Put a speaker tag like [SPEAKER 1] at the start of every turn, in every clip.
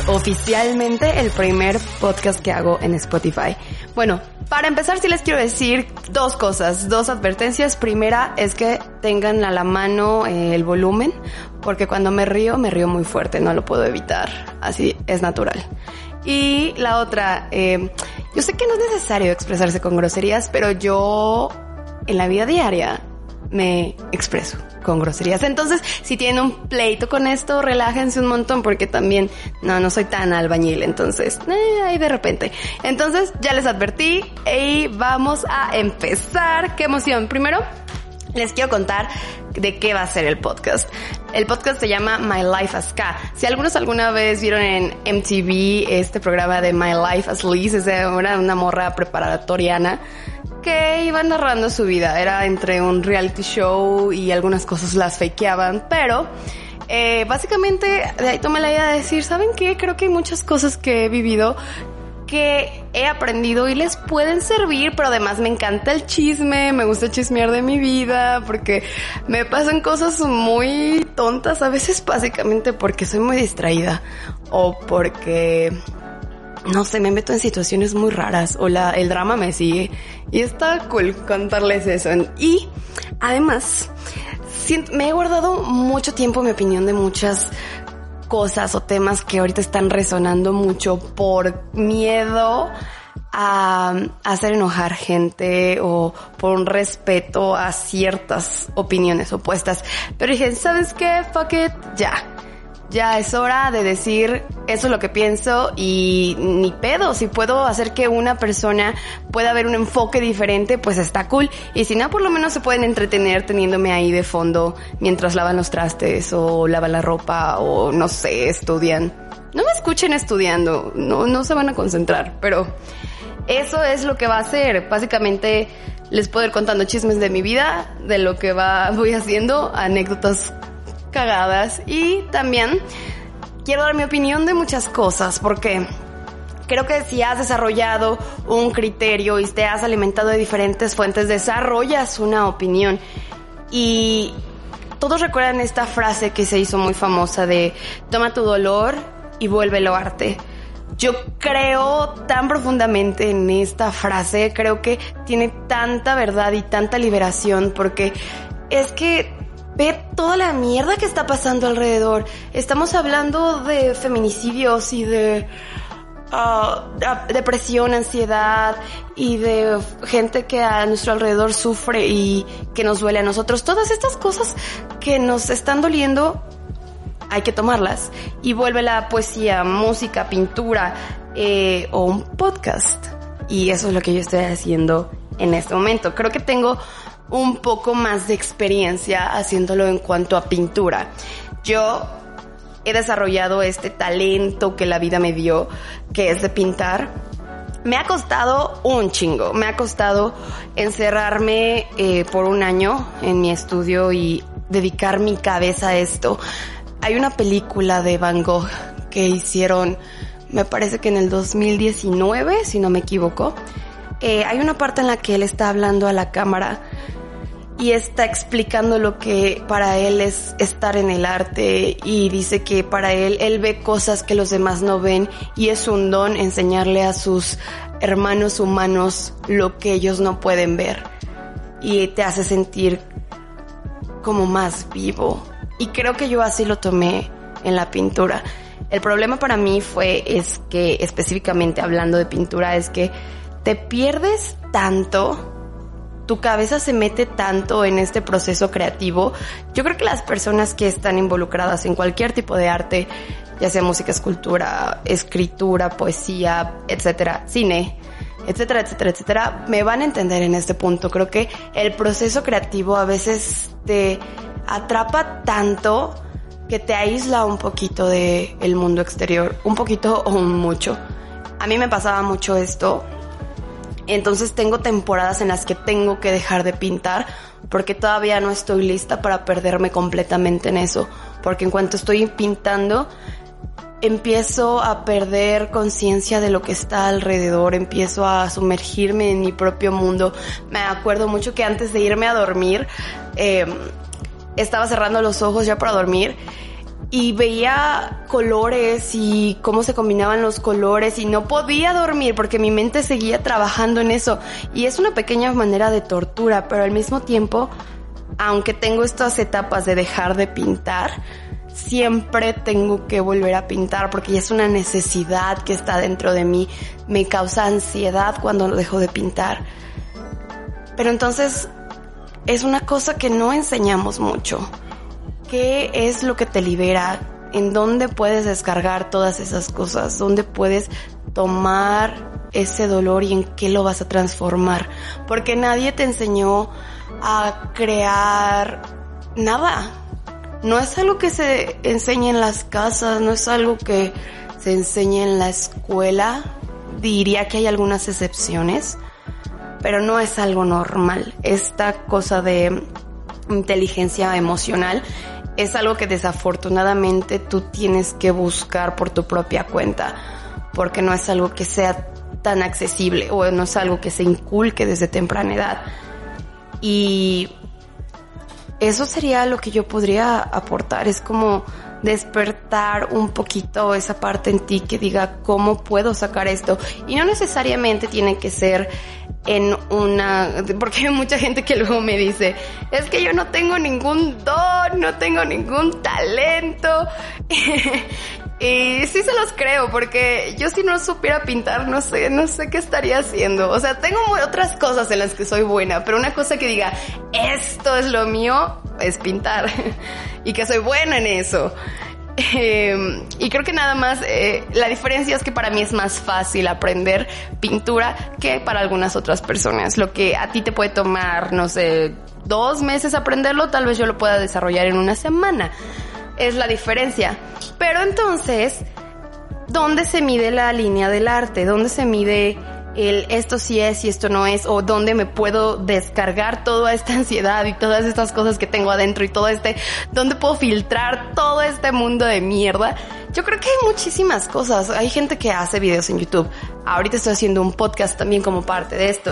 [SPEAKER 1] oficialmente el primer podcast que hago en Spotify. Bueno, para empezar sí les quiero decir dos cosas, dos advertencias. Primera es que tengan a la mano el volumen, porque cuando me río muy fuerte, no lo puedo evitar, así es natural. Y la otra, yo sé que no es necesario expresarse con groserías, pero yo en la vida diaria me expreso con groserías. Entonces, si tienen un pleito con esto, relájense un montón, porque también no soy tan albañil, entonces, ahí de repente. Entonces, ya les advertí y vamos a empezar. ¡Qué emoción! Primero, les quiero contar de qué va a ser el podcast. El podcast se llama My Life as K. Si algunos alguna vez vieron en MTV este programa de My Life as Liz, era una morra preparatoriana que iba narrando su vida. Era entre un reality show y algunas cosas las fakeaban, pero básicamente de ahí tomé la idea de decir, ¿saben qué? Creo que hay muchas cosas que he vivido que he aprendido y les pueden servir, pero además me encanta el chisme, me gusta chismear de mi vida, porque me pasan cosas muy tontas, a veces básicamente porque soy muy distraída, o porque, no sé, me meto en situaciones muy raras, o el drama me sigue, y está cool contarles eso. Y además, me he guardado mucho tiempo mi opinión de muchas cosas o temas que ahorita están resonando mucho por miedo a hacer enojar gente o por un respeto a ciertas opiniones opuestas. Pero dije, ¿sabes qué? Fuck it, ya es hora de decir eso es lo que pienso y ni pedo. Si puedo hacer que una persona pueda ver un enfoque diferente, pues está cool. Y si no, por lo menos se pueden entretener teniéndome ahí de fondo mientras lavan los trastes o lavan la ropa o no sé, estudian. No me escuchen estudiando, no se van a concentrar, pero eso es lo que va a hacer. Básicamente les puedo ir contando chismes de mi vida, de lo que voy haciendo, anécdotas cagadas, y también quiero dar mi opinión de muchas cosas, porque creo que si has desarrollado un criterio y te has alimentado de diferentes fuentes, desarrollas una opinión. Y todos recuerdan esta frase que se hizo muy famosa de toma tu dolor y vuélvelo arte. Yo creo tan profundamente en esta frase, creo que tiene tanta verdad y tanta liberación, porque es que ve toda la mierda que está pasando alrededor. Estamos hablando de feminicidios y de depresión, ansiedad, y de gente que a nuestro alrededor sufre y que nos duele a nosotros. Todas estas cosas que nos están doliendo, hay que tomarlas. Y vuelve la poesía, música, pintura o un podcast. Y eso es lo que yo estoy haciendo en este momento. Creo que tengo un poco más de experiencia haciéndolo en cuanto a pintura. Yo he desarrollado este talento que la vida me dio, que es de pintar. Me ha costado un chingo. Me ha costado encerrarme por un año en mi estudio y dedicar mi cabeza a esto. Hay una película de Van Gogh que hicieron, me parece que en el 2019, si no me equivoco. Hay una parte en la que él está hablando a la cámara y está explicando lo que para él es estar en el arte, y dice que para él ve cosas que los demás no ven, y es un don enseñarle a sus hermanos humanos lo que ellos no pueden ver, y te hace sentir como más vivo. Y creo que yo así lo tomé en la pintura. El problema para mí es que, específicamente hablando de pintura, es que te pierdes tanto, tu cabeza se mete tanto en este proceso creativo. Yo creo que las personas que están involucradas en cualquier tipo de arte, ya sea música, escultura, escritura, poesía, etcétera, cine, etcétera, etcétera, etcétera, me van a entender en este punto. Creo que el proceso creativo a veces te atrapa tanto que te aísla un poquito del mundo exterior, un poquito o mucho. A mí me pasaba mucho esto. Entonces tengo temporadas en las que tengo que dejar de pintar porque todavía no estoy lista para perderme completamente en eso. Porque en cuanto estoy pintando, empiezo a perder conciencia de lo que está alrededor, empiezo a sumergirme en mi propio mundo. Me acuerdo mucho que antes de irme a dormir, estaba cerrando los ojos ya para dormir y veía colores y cómo se combinaban los colores y no podía dormir porque mi mente seguía trabajando en eso. Y es una pequeña manera de tortura, pero al mismo tiempo, aunque tengo estas etapas de dejar de pintar, siempre tengo que volver a pintar porque ya es una necesidad que está dentro de mí. Me causa ansiedad cuando dejo de pintar. Pero entonces es una cosa que no enseñamos mucho. ¿Qué es lo que te libera? ¿En dónde puedes descargar todas esas cosas? ¿Dónde puedes tomar ese dolor y en qué lo vas a transformar? Porque nadie te enseñó a crear nada. No es algo que se enseña en las casas, no es algo que se enseña en la escuela. Diría que hay algunas excepciones, pero no es algo normal. Esta cosa de inteligencia emocional es algo que desafortunadamente tú tienes que buscar por tu propia cuenta, porque no es algo que sea tan accesible o no es algo que se inculque desde temprana edad. Y eso sería lo que yo podría aportar, es como despertar un poquito esa parte en ti que diga cómo puedo sacar esto. Y no necesariamente tiene que ser en una... Porque hay mucha gente que luego me dice, es que yo no tengo ningún don, no tengo ningún talento. Y sí se los creo, porque yo si no supiera pintar, no sé qué estaría haciendo. O sea, tengo otras cosas en las que soy buena, pero una cosa que diga, esto es lo mío, es pintar. Y que soy buena en eso. Y creo que nada más, la diferencia es que para mí es más fácil aprender pintura que para algunas otras personas. Lo que a ti te puede tomar, no sé, 2 meses aprenderlo, tal vez yo lo pueda desarrollar en una semana. Es la diferencia. Pero entonces, ¿dónde se mide la línea del arte? ¿Dónde se mide el esto sí es y esto no es? ¿O dónde me puedo descargar toda esta ansiedad y todas estas cosas que tengo adentro y dónde puedo filtrar todo este mundo de mierda? Yo creo que hay muchísimas cosas. Hay gente que hace videos en YouTube. Ahorita estoy haciendo un podcast también como parte de esto.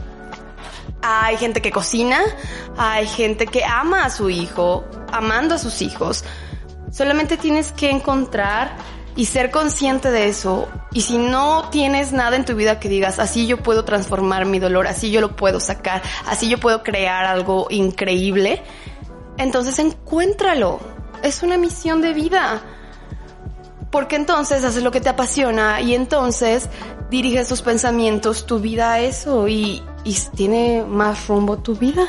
[SPEAKER 1] Hay gente que cocina, hay gente que ama a su hijo, amando a sus hijos. Solamente tienes que encontrar y ser consciente de eso. Y si no tienes nada en tu vida que digas, así yo puedo transformar mi dolor, así yo lo puedo sacar, así yo puedo crear algo increíble, entonces encuéntralo. Es una misión de vida. Porque entonces haces lo que te apasiona y entonces diriges tus pensamientos, tu vida a eso y tiene más rumbo tu vida.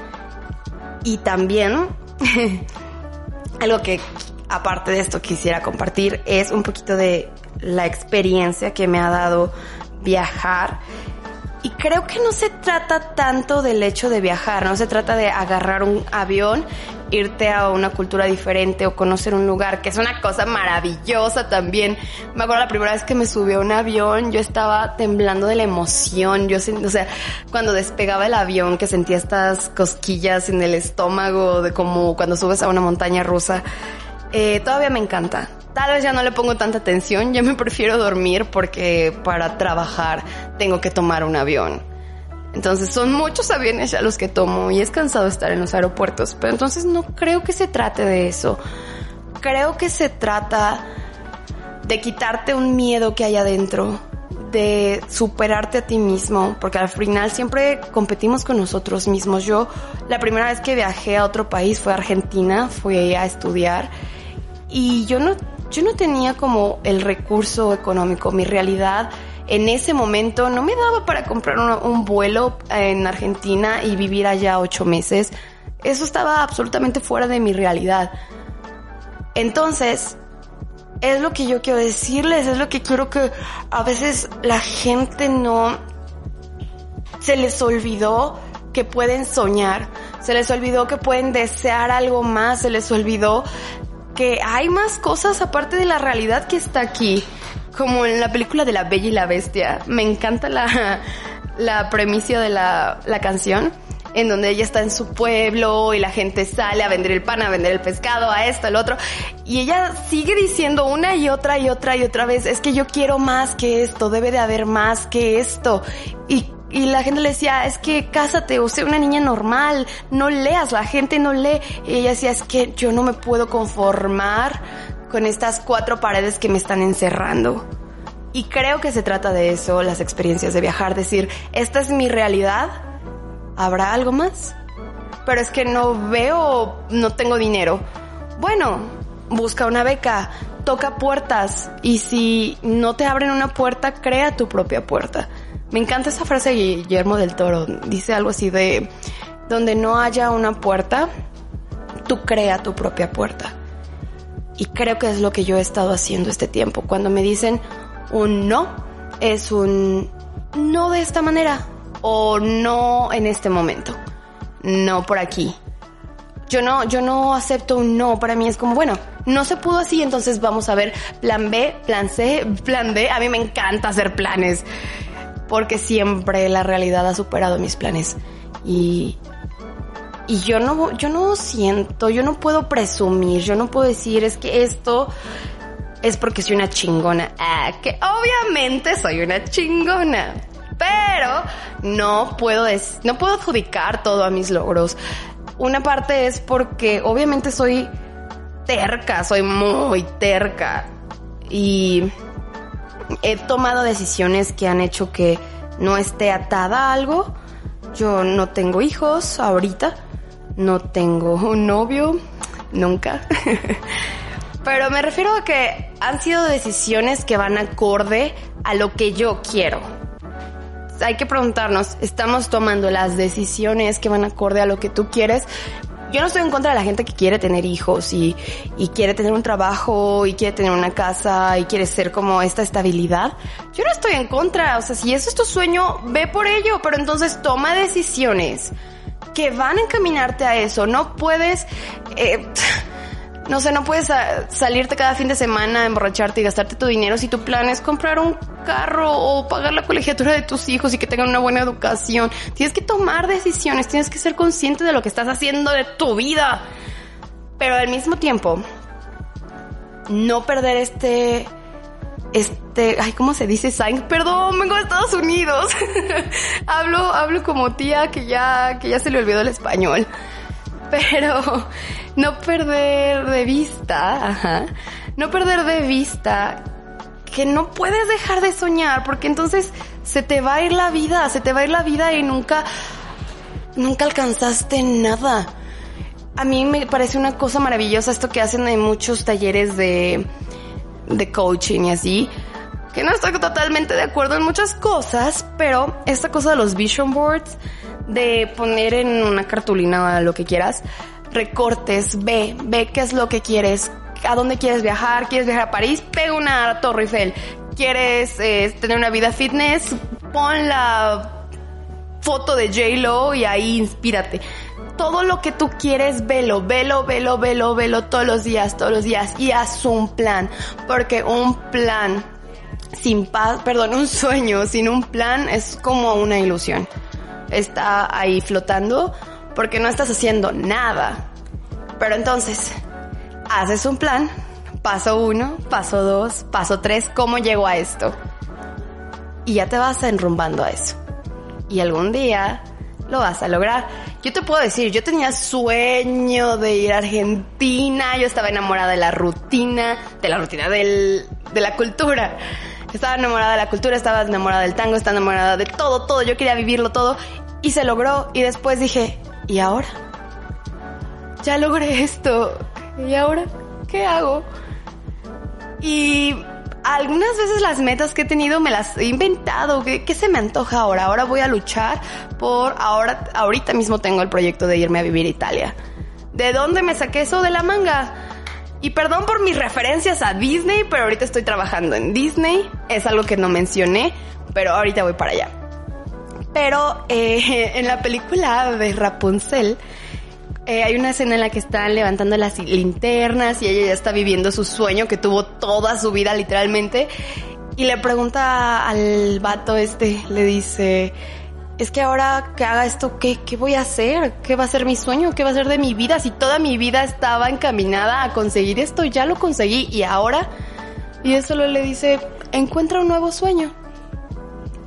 [SPEAKER 1] Y también algo que aparte de esto quisiera compartir es un poquito de la experiencia que me ha dado viajar. Y creo que no se trata tanto del hecho de viajar, no se trata de agarrar un avión, irte a una cultura diferente o conocer un lugar, que es una cosa maravillosa también. Me acuerdo la primera vez que me subí a un avión, yo estaba temblando de la emoción. O sea, cuando despegaba el avión, que sentía estas cosquillas en el estómago, de como cuando subes a una montaña rusa. Todavía me encanta. Tal vez ya no le pongo tanta atención, ya me prefiero dormir porque para trabajar tengo que tomar un avión. Entonces son muchos aviones ya los que tomo y es cansado estar en los aeropuertos. Pero entonces no creo que se trate de eso. Creo que se trata de quitarte un miedo que hay adentro, de superarte a ti mismo, porque al final siempre competimos con nosotros mismos. Yo la primera vez que viajé a otro país fue a Argentina, fui a estudiar y yo no tenía como el recurso económico. Mi realidad en ese momento no me daba para comprar un vuelo en Argentina y vivir allá 8 meses. Eso estaba absolutamente fuera de mi realidad. Entonces, es lo que yo quiero decirles, es lo que quiero que a veces la gente no... Se les olvidó que pueden soñar, se les olvidó que pueden desear algo más, se les olvidó que hay más cosas aparte de la realidad que está aquí. Como en la película de La Bella y la Bestia. Me encanta la premisa de la canción, en donde ella está en su pueblo y la gente sale a vender el pan, a vender el pescado, a esto, al otro. Y ella sigue diciendo una y otra vez, es que yo quiero más que esto, debe de haber más que esto. Y Y la gente le decía, es que cásate o sea una niña normal, no leas, la gente no lee. Y ella decía, es que yo no me puedo conformar con estas 4 paredes que me están encerrando. Y creo que se trata de eso, las experiencias de viajar, decir, esta es mi realidad, ¿habrá algo más? Pero es que no veo, no tengo dinero. Bueno, busca una beca, toca puertas, y si no te abren una puerta, crea tu propia puerta. Me encanta esa frase de Guillermo del Toro, dice algo así de, donde no haya una puerta, tú crea tu propia puerta. Y creo que es lo que yo he estado haciendo este tiempo. Cuando me dicen un no, es un no de esta manera, o no en este momento, no por aquí. Yo no acepto un no, para mí es como, bueno, no se pudo así, entonces vamos a ver plan B, plan C, plan D. A mí me encanta hacer planes, porque siempre la realidad ha superado mis planes. Y yo no siento, yo no puedo presumir, yo no puedo decir, es que esto es porque soy una chingona. Que obviamente soy una chingona, pero no puedo adjudicar todo a mis logros. Una parte es porque obviamente soy terca, soy muy terca, y he tomado decisiones que han hecho que no esté atada a algo. Yo no tengo hijos ahorita, no tengo un novio, nunca. Pero me refiero a que han sido decisiones que van acorde a lo que yo quiero. Hay que preguntarnos, ¿estamos tomando las decisiones que van acorde a lo que tú quieres? Yo no estoy en contra de la gente que quiere tener hijos y quiere tener un trabajo y quiere tener una casa y quiere ser como esta estabilidad. Yo no estoy en contra, o sea, si eso es tu sueño, ve por ello, pero entonces toma decisiones que van a encaminarte a eso. No puedes, no puedes salirte cada fin de semana, emborracharte y gastarte tu dinero si tu plan es comprar un carro o pagar la colegiatura de tus hijos y que tengan una buena educación. Tienes que tomar decisiones, tienes que ser consciente de lo que estás haciendo de tu vida. Pero al mismo tiempo, no perder ay, ¿cómo se dice? Perdón, vengo de Estados Unidos. hablo como tía que ya se le olvidó el español. Pero no perder de vista, que no puedes dejar de soñar, porque entonces se te va a ir la vida y nunca alcanzaste nada. A mí me parece una cosa maravillosa esto que hacen en muchos talleres de coaching y así, que no estoy totalmente de acuerdo en muchas cosas, pero esta cosa de los vision boards, de poner en una cartulina lo que quieras, recortes, ve qué es lo que quieres, a dónde quieres viajar a París, pega una Torre Eiffel, quieres tener una vida fitness, pon la foto de J-Lo y ahí inspírate. Todo lo que tú quieres, velo todos los días y haz un plan, porque un sueño sin un plan es como una ilusión. Está ahí flotando porque no estás haciendo nada. Pero entonces, haces un plan, paso 1, paso 2, paso 3, ¿cómo llego a esto? Y ya te vas enrumbando a eso. Y algún día lo vas a lograr. Yo te puedo decir, yo tenía sueño de ir a Argentina, yo estaba enamorada de la rutina de la cultura. Estaba enamorada de la cultura, estaba enamorada del tango, estaba enamorada de todo. Yo quería vivirlo todo y se logró. Y después dije, ¿y ahora? Ya logré esto. ¿Y ahora qué hago? Y algunas veces las metas que he tenido me las he inventado. ¿Qué se me antoja ahora? Ahora voy a luchar ahorita mismo tengo el proyecto de irme a vivir a Italia. ¿De dónde me saqué eso? De la manga. Y perdón por mis referencias a Disney, pero ahorita estoy trabajando en Disney. Es algo que no mencioné, pero ahorita voy para allá. Pero en la película de Rapunzel hay una escena en la que están levantando las linternas y ella ya está viviendo su sueño que tuvo toda su vida literalmente. Y le pregunta al vato le dice, es que ahora que haga esto, ¿qué voy a hacer? ¿Qué va a ser mi sueño? ¿Qué va a ser de mi vida? Si toda mi vida estaba encaminada a conseguir esto, ya lo conseguí, ¿y ahora? Y él solo le dice, encuentra un nuevo sueño.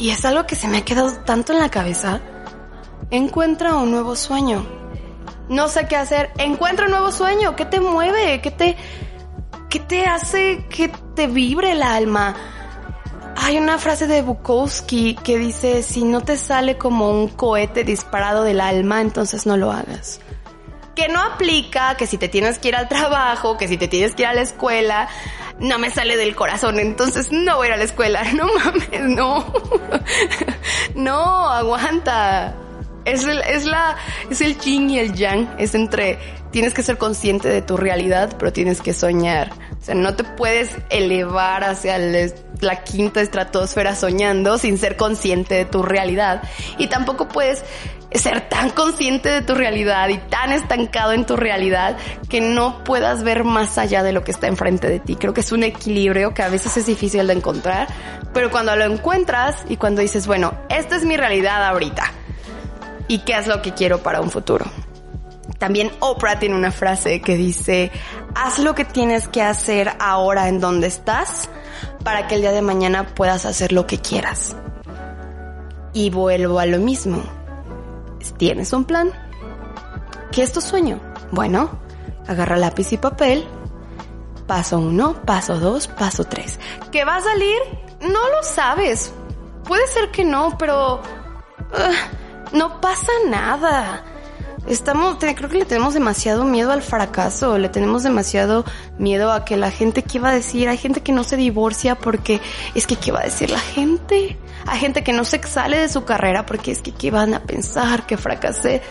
[SPEAKER 1] y es algo que se me ha quedado tanto en la cabeza. Encuentra un nuevo sueño. No sé qué hacer. Encuentra un nuevo sueño. ¿Qué te mueve? ¿Qué te hace que te vibre el alma? Hay una frase de Bukowski que dice, si no te sale como un cohete disparado del alma, entonces no lo hagas. Que no aplica que si te tienes que ir al trabajo, que si te tienes que ir a la escuela, no me sale del corazón, entonces no voy a ir a la escuela. No mames, no. No, aguanta. Es el yin y el yang. Es entre, tienes que ser consciente de tu realidad, pero tienes que soñar. O sea, no te puedes elevar hacia la quinta estratosfera soñando sin ser consciente de tu realidad. Y tampoco puedes ser tan consciente de tu realidad y tan estancado en tu realidad que no puedas ver más allá de lo que está enfrente de ti. Creo que es un equilibrio que a veces es difícil de encontrar, pero cuando lo encuentras y cuando dices, bueno, esta es mi realidad ahorita, ¿y qué es lo que quiero para un futuro? También Oprah tiene una frase que dice, haz lo que tienes que hacer ahora en donde estás para que el día de mañana puedas hacer lo que quieras. Y vuelvo a lo mismo. ¿Tienes un plan? ¿Qué es tu sueño? Bueno, agarra lápiz y papel. Paso 1, paso 2, paso 3. ¿Qué va a salir? No lo sabes. Puede ser que no, pero no pasa nada. Creo que le tenemos demasiado miedo al fracaso, le tenemos demasiado miedo a que la gente, ¿qué va a decir? Hay gente que no se divorcia porque es que ¿qué va a decir la gente? Hay gente que no se sale de su carrera porque es que ¿qué van a pensar? Que fracasé.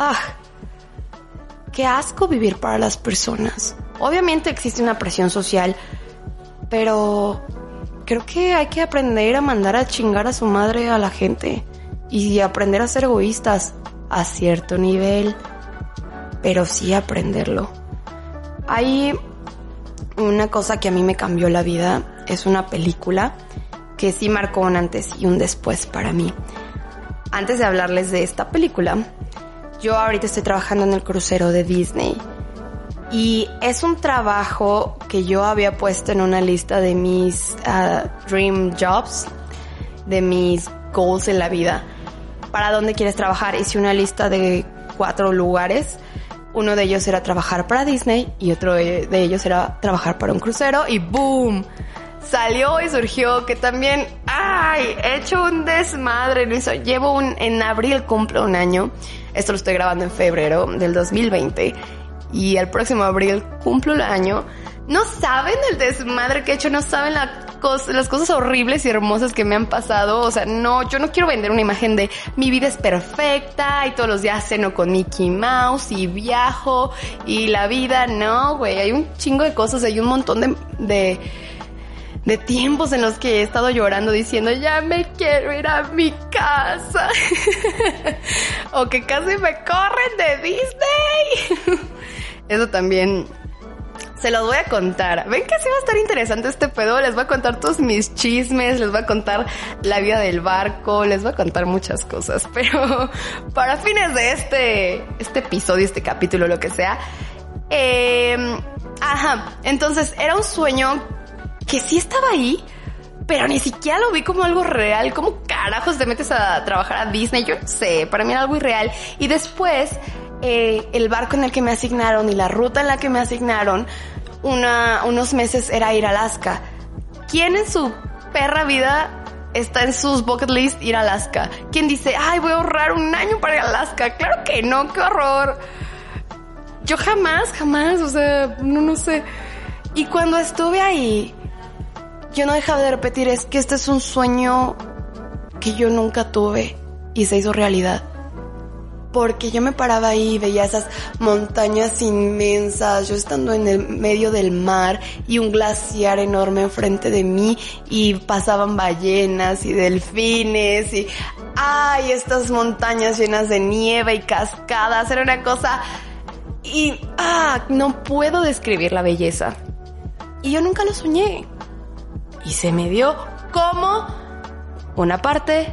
[SPEAKER 1] Qué asco vivir para las personas. Obviamente existe una presión social, pero creo que hay que aprender a mandar a chingar a su madre a la gente y aprender a ser egoístas. A cierto nivel, pero sí aprenderlo. Hay una cosa que a mí me cambió la vida, es una película que sí marcó un antes y un después para mí. Antes de hablarles de esta película, yo ahorita estoy trabajando en el crucero de Disney y es un trabajo que yo había puesto en una lista de mis dream jobs, de mis goals en la vida. ¿Para dónde quieres trabajar? Hice una lista de 4 lugares. Uno de ellos era trabajar para Disney y otro de ellos era trabajar para un crucero y ¡boom! Salió y surgió que también, he hecho un desmadre en eso. En abril cumplo un año. Esto lo estoy grabando en febrero del 2020 y el próximo abril cumplo el año. No saben el desmadre que he hecho, no saben las cosas horribles y hermosas que me han pasado. O sea, yo no quiero vender una imagen de mi vida es perfecta y todos los días ceno con Mickey Mouse y viajo y la vida, no, güey. Hay un chingo de cosas, hay un montón de tiempos en los que he estado llorando diciendo ya me quiero ir a mi casa o que casi me corren de Disney. Eso también se los voy a contar. Ven que sí va a estar interesante este pedo. Les voy a contar todos mis chismes, les voy a contar la vida del barco, les voy a contar muchas cosas. Pero para fines de este episodio, este capítulo, lo que sea. Entonces era un sueño que sí estaba ahí, pero ni siquiera lo vi como algo real. ¿Cómo carajos te metes a trabajar a Disney? Yo no sé, para mí era algo irreal. Y después el barco en el que me asignaron y la ruta en la que me asignaron unos meses era ir a Alaska. ¿Quién en su perra vida está en sus bucket list ir a Alaska? ¿Quién dice, voy a ahorrar un año para ir a Alaska? Claro que no, qué horror. Yo jamás, o sea, no sé. Y cuando estuve ahí, yo no dejaba de repetir, es que este es un sueño que yo nunca tuve y se hizo realidad. Porque yo me paraba ahí y veía esas montañas inmensas, yo estando en el medio del mar y un glaciar enorme enfrente de mí y pasaban ballenas y delfines y estas montañas llenas de nieve y cascadas, era una cosa y no puedo describir la belleza. Y yo nunca lo soñé. Y se me dio como una parte,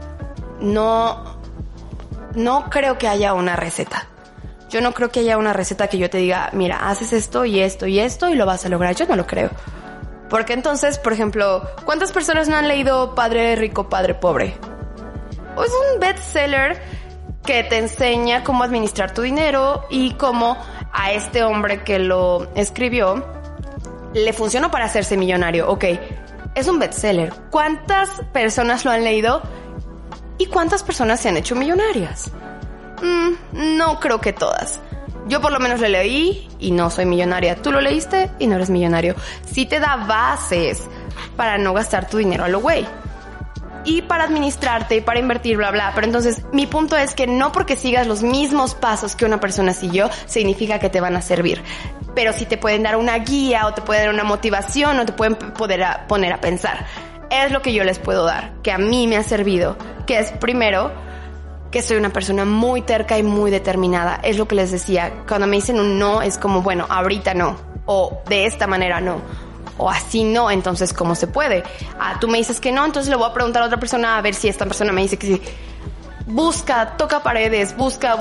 [SPEAKER 1] no creo que haya una receta. Yo no creo que haya una receta que yo te diga, mira, haces esto y esto y esto y lo vas a lograr. Yo no lo creo. Porque entonces, por ejemplo, ¿cuántas personas no han leído Padre Rico, Padre Pobre? Es un bestseller que te enseña cómo administrar tu dinero y cómo a este hombre que lo escribió le funcionó para hacerse millonario. Ok, es un bestseller. ¿Cuántas personas lo han leído? ¿Y cuántas personas se han hecho millonarias? No creo que todas. Yo por lo menos lo leí y no soy millonaria. Tú lo leíste y no eres millonario. Sí te da bases para no gastar tu dinero a lo güey. Y para administrarte y para invertir, bla, bla. Pero entonces, mi punto es que no porque sigas los mismos pasos que una persona siguió, significa que te van a servir. Pero sí te pueden dar una guía o te pueden dar una motivación o te pueden poner a pensar. Es lo que yo les puedo dar, que a mí me ha servido. Que es, primero, que soy una persona muy terca y muy determinada. Es lo que les decía. Cuando me dicen un no, es como, bueno, ahorita no. O de esta manera no. O así no, entonces ¿cómo se puede? Tú me dices que no, entonces le voy a preguntar a otra persona a ver si esta persona me dice que sí. Busca, toca paredes, busca.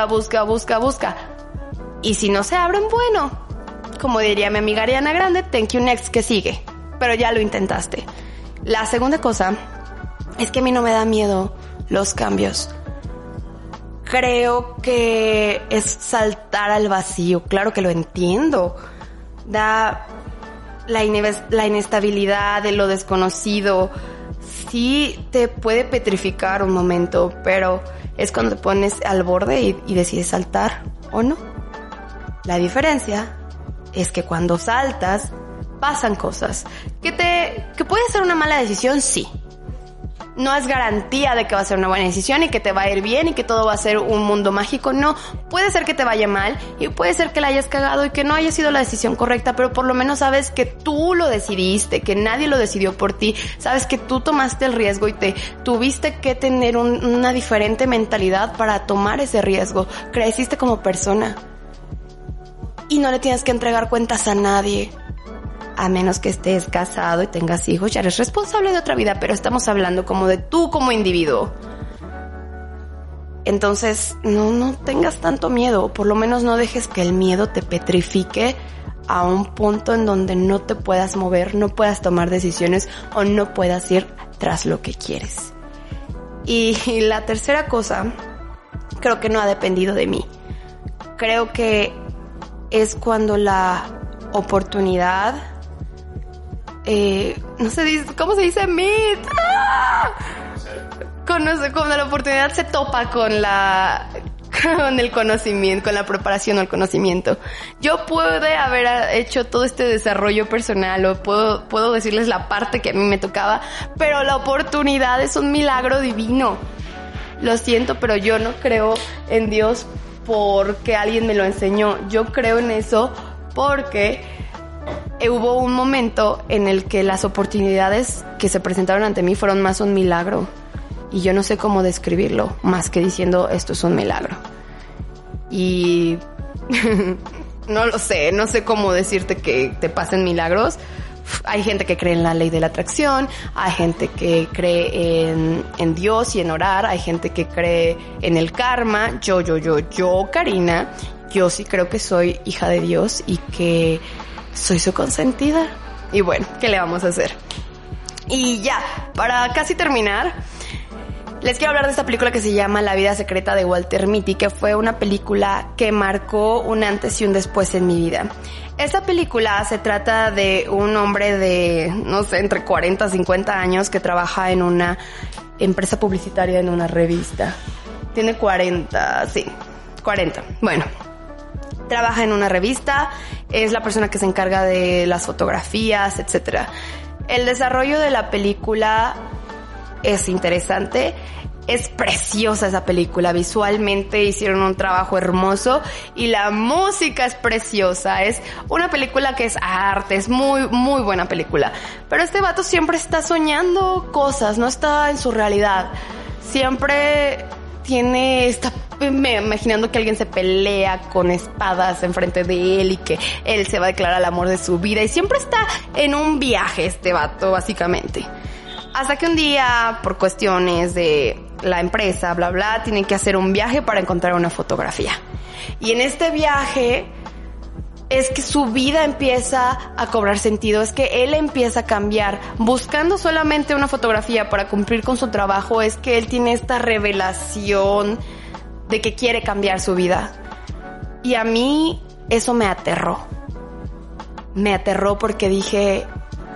[SPEAKER 1] Y si no se abren, bueno, como diría mi amiga Ariana Grande, thank you next, que sigue. Pero ya lo intentaste. La segunda cosa es que a mí no me da miedo los cambios. Creo que es saltar al vacío. Claro que lo entiendo. Da la inestabilidad de lo desconocido. Sí te puede petrificar un momento, pero es cuando te pones al borde y decides saltar o no. La diferencia es que cuando saltas pasan cosas. Que puede ser una mala decisión, sí. No es garantía de que va a ser una buena decisión y que te va a ir bien y que todo va a ser un mundo mágico. No, puede ser que te vaya mal y puede ser que la hayas cagado y que no haya sido la decisión correcta, pero por lo menos sabes que tú lo decidiste, que nadie lo decidió por ti. Sabes que tú tomaste el riesgo y te tuviste que tener una diferente mentalidad para tomar ese riesgo. Creciste como persona y no le tienes que entregar cuentas a nadie. A menos que estés casado y tengas hijos, ya eres responsable de otra vida, pero estamos hablando como de tú como individuo. Entonces, no tengas tanto miedo, por lo menos no dejes que el miedo te petrifique a un punto en donde no te puedas mover, no puedas tomar decisiones o no puedas ir tras lo que quieres. Y la tercera cosa, creo que no ha dependido de mí. Creo que es cuando la oportunidad... no se dice, ¿cómo se dice? Meet. Cuando la oportunidad se topa con el conocimiento, con la preparación o el conocimiento. Yo pude haber hecho todo este desarrollo personal o puedo decirles la parte que a mí me tocaba, pero la oportunidad es un milagro divino. Lo siento, pero yo no creo en Dios porque alguien me lo enseñó. Yo creo en eso porque hubo un momento en el que las oportunidades que se presentaron ante mí fueron más un milagro. Y yo no sé cómo describirlo, más que diciendo esto es un milagro. Y no lo sé, no sé cómo decirte que te pasen milagros. Hay gente que cree en la ley de la atracción, hay gente que cree en Dios y en orar, hay gente que cree en el karma. Yo, Karina, yo sí creo que soy hija de Dios y que soy su consentida. Y bueno, ¿qué le vamos a hacer? Y ya, para casi terminar, les quiero hablar de esta película que se llama La vida secreta de Walter Mitty, que fue una película que marcó un antes y un después en mi vida. Esta película se trata de un hombre de, no sé, entre 40 y 50 años que trabaja en una empresa publicitaria, en una revista. Tiene 40, sí, 40. Bueno, trabaja en una revista, es la persona que se encarga de las fotografías, etc. El desarrollo de la película es interesante, es preciosa esa película, visualmente hicieron un trabajo hermoso y la música es preciosa, es una película que es arte, es muy, muy buena película. Pero este vato siempre está soñando cosas, no está en su realidad, siempre está imaginando que alguien se pelea con espadas enfrente de él y que él se va a declarar el amor de su vida y siempre está en un viaje este vato, básicamente. Hasta que un día, por cuestiones de la empresa, bla, bla, tienen que hacer un viaje para encontrar una fotografía. Y en este viaje es que su vida empieza a cobrar sentido, es que él empieza a cambiar. Buscando solamente una fotografía para cumplir con su trabajo, es que él tiene esta revelación de que quiere cambiar su vida. Y a mí eso me aterró. Me aterró porque dije,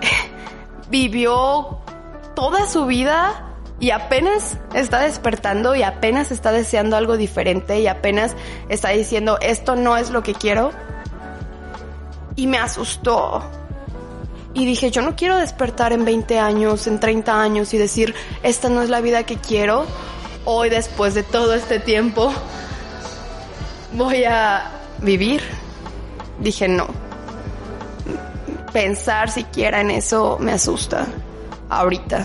[SPEAKER 1] vivió toda su vida y apenas está despertando y apenas está deseando algo diferente y apenas está diciendo, esto no es lo que quiero. Y me asustó. Y dije, yo no quiero despertar en 20 años, en 30 años y decir, esta no es la vida que quiero. Hoy, después de todo este tiempo, voy a vivir. Dije, no. Pensar siquiera en eso me asusta. Ahorita.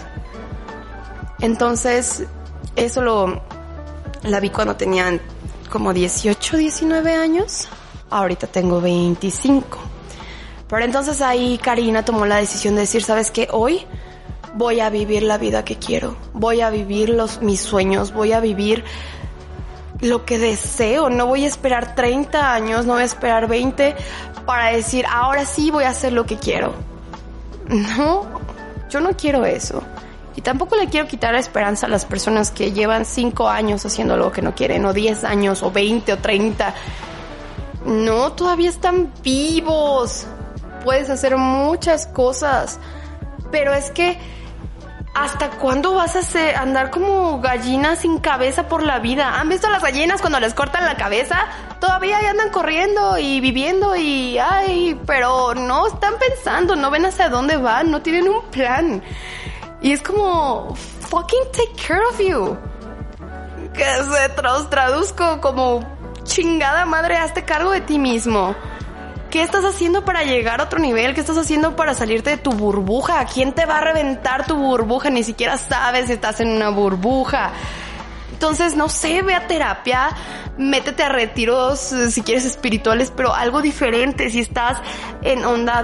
[SPEAKER 1] Entonces, eso la vi cuando tenía como 18, 19 años. Ahorita tengo 25. Pero entonces ahí Karina tomó la decisión de decir, ¿sabes qué? Hoy voy a vivir la vida que quiero. Voy a vivir mis sueños. Voy a vivir lo que deseo. No voy a esperar 30 años, no voy a esperar 20 para decir, ahora sí voy a hacer lo que quiero. No, yo no quiero eso. Y tampoco le quiero quitar la esperanza a las personas que llevan 5 años haciendo algo que no quieren, o 10 años, o 20, o 30. No, todavía están vivos. Puedes hacer muchas cosas. Pero es que, ¿hasta cuándo vas a andar como gallina sin cabeza por la vida? ¿Han visto a las gallinas cuando les cortan la cabeza? Todavía ahí andan corriendo y viviendo y... ay, pero no están pensando, no ven hacia dónde van, no tienen un plan. Y es como... fucking take care of you. Que se traduzco como... chingada madre, hazte cargo de ti mismo. ¿Qué estás haciendo para llegar a otro nivel? ¿Qué estás haciendo para salirte de tu burbuja? ¿Quién te va a reventar tu burbuja? Ni siquiera sabes si estás en una burbuja. Entonces, no sé, ve a terapia, métete a retiros, si quieres espirituales, pero algo diferente. Si estás en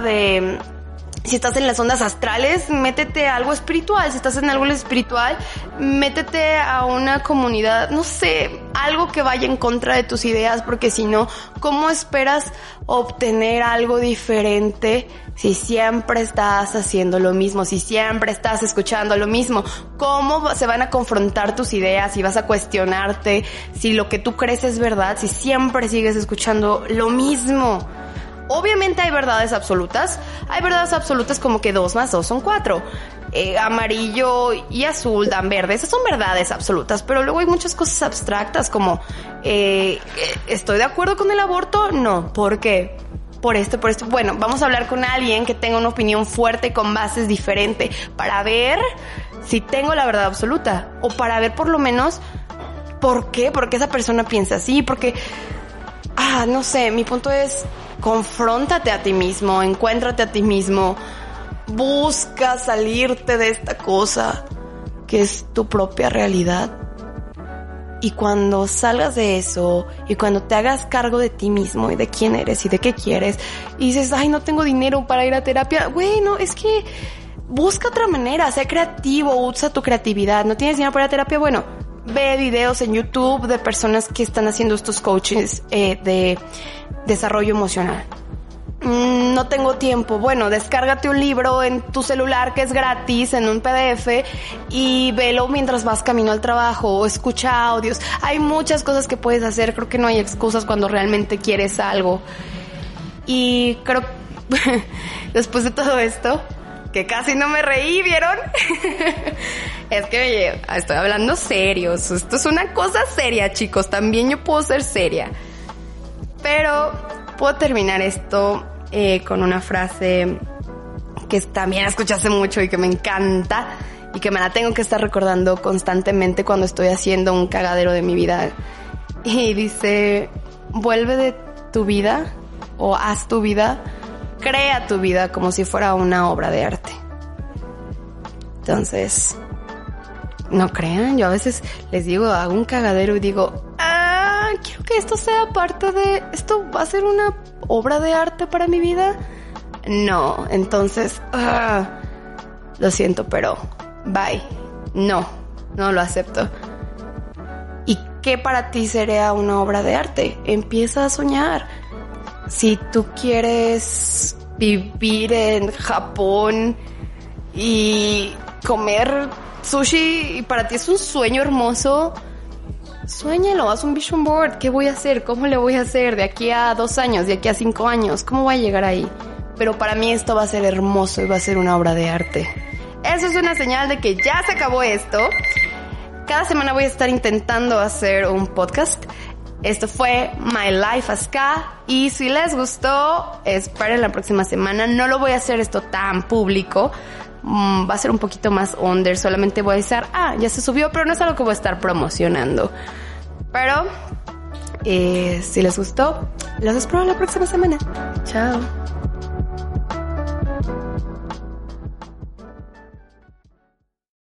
[SPEAKER 1] si estás en las ondas astrales, métete a algo espiritual. Si estás en algo espiritual, métete a una comunidad, no sé, algo que vaya en contra de tus ideas, porque si no, ¿cómo esperas obtener algo diferente si siempre estás haciendo lo mismo, si siempre estás escuchando lo mismo? ¿Cómo se van a confrontar tus ideas y vas a cuestionarte si lo que tú crees es verdad, si siempre sigues escuchando lo mismo? Obviamente hay verdades absolutas como que 2 más 2 son 4. Amarillo y azul dan verde, esas son verdades absolutas, pero luego hay muchas cosas abstractas como ¿estoy de acuerdo con el aborto? No, ¿por qué? Por esto. Bueno, vamos a hablar con alguien que tenga una opinión fuerte con bases diferentes para ver si tengo la verdad absoluta, o para ver por lo menos por qué esa persona piensa así, porque no sé, mi punto es: confróntate a ti mismo, encuéntrate a ti mismo, busca salirte de esta cosa que es tu propia realidad. Y cuando salgas de eso y cuando te hagas cargo de ti mismo y de quién eres y de qué quieres, y dices, ay, no tengo dinero para ir a terapia, bueno, es que busca otra manera, sé creativo, usa tu creatividad. ¿No tienes dinero para ir a terapia? Bueno, ve videos en YouTube de personas que están haciendo estos coachings de desarrollo emocional. No tengo tiempo. Bueno, descárgate un libro en tu celular que es gratis en un PDF y velo mientras vas camino al trabajo, o escucha audios. Hay muchas cosas que puedes hacer. Creo que no hay excusas cuando realmente quieres algo. Y creo después de todo esto, que casi no me reí, ¿vieron? Es que estoy hablando serio. Esto es una cosa seria, chicos. También yo puedo ser seria. Pero puedo terminar esto con una frase que también escuché hace mucho y que me encanta y que me la tengo que estar recordando constantemente cuando estoy haciendo un cagadero de mi vida. Y dice: vuelve de tu vida, o haz tu vida, crea tu vida como si fuera una obra de arte. Entonces, no crean, yo a veces les digo, hago un cagadero y digo, quiero que esto sea parte de... ¿Esto va a ser una obra de arte para mi vida? No, entonces, lo siento, pero bye. No lo acepto. ¿Y qué para ti sería una obra de arte? Empieza a soñar. si tú quieres vivir en Japón y comer sushi y para ti es un sueño hermoso, suéñalo, haz un vision board. ¿Qué voy a hacer? ¿Cómo le voy a hacer? De aquí a 2 años, de aquí a 5 años, ¿cómo voy a llegar ahí? Pero para mí esto va a ser hermoso y va a ser una obra de arte. Eso es una señal de que ya se acabó esto. Cada semana voy a estar intentando hacer un podcast. Esto fue My Life as K. Y si les gustó, esperen la próxima semana. No lo voy a hacer esto tan público. Va a ser un poquito más under. Solamente voy a avisar, ya se subió, pero no es algo que voy a estar promocionando. Pero si les gustó, los espero la próxima semana. Chao.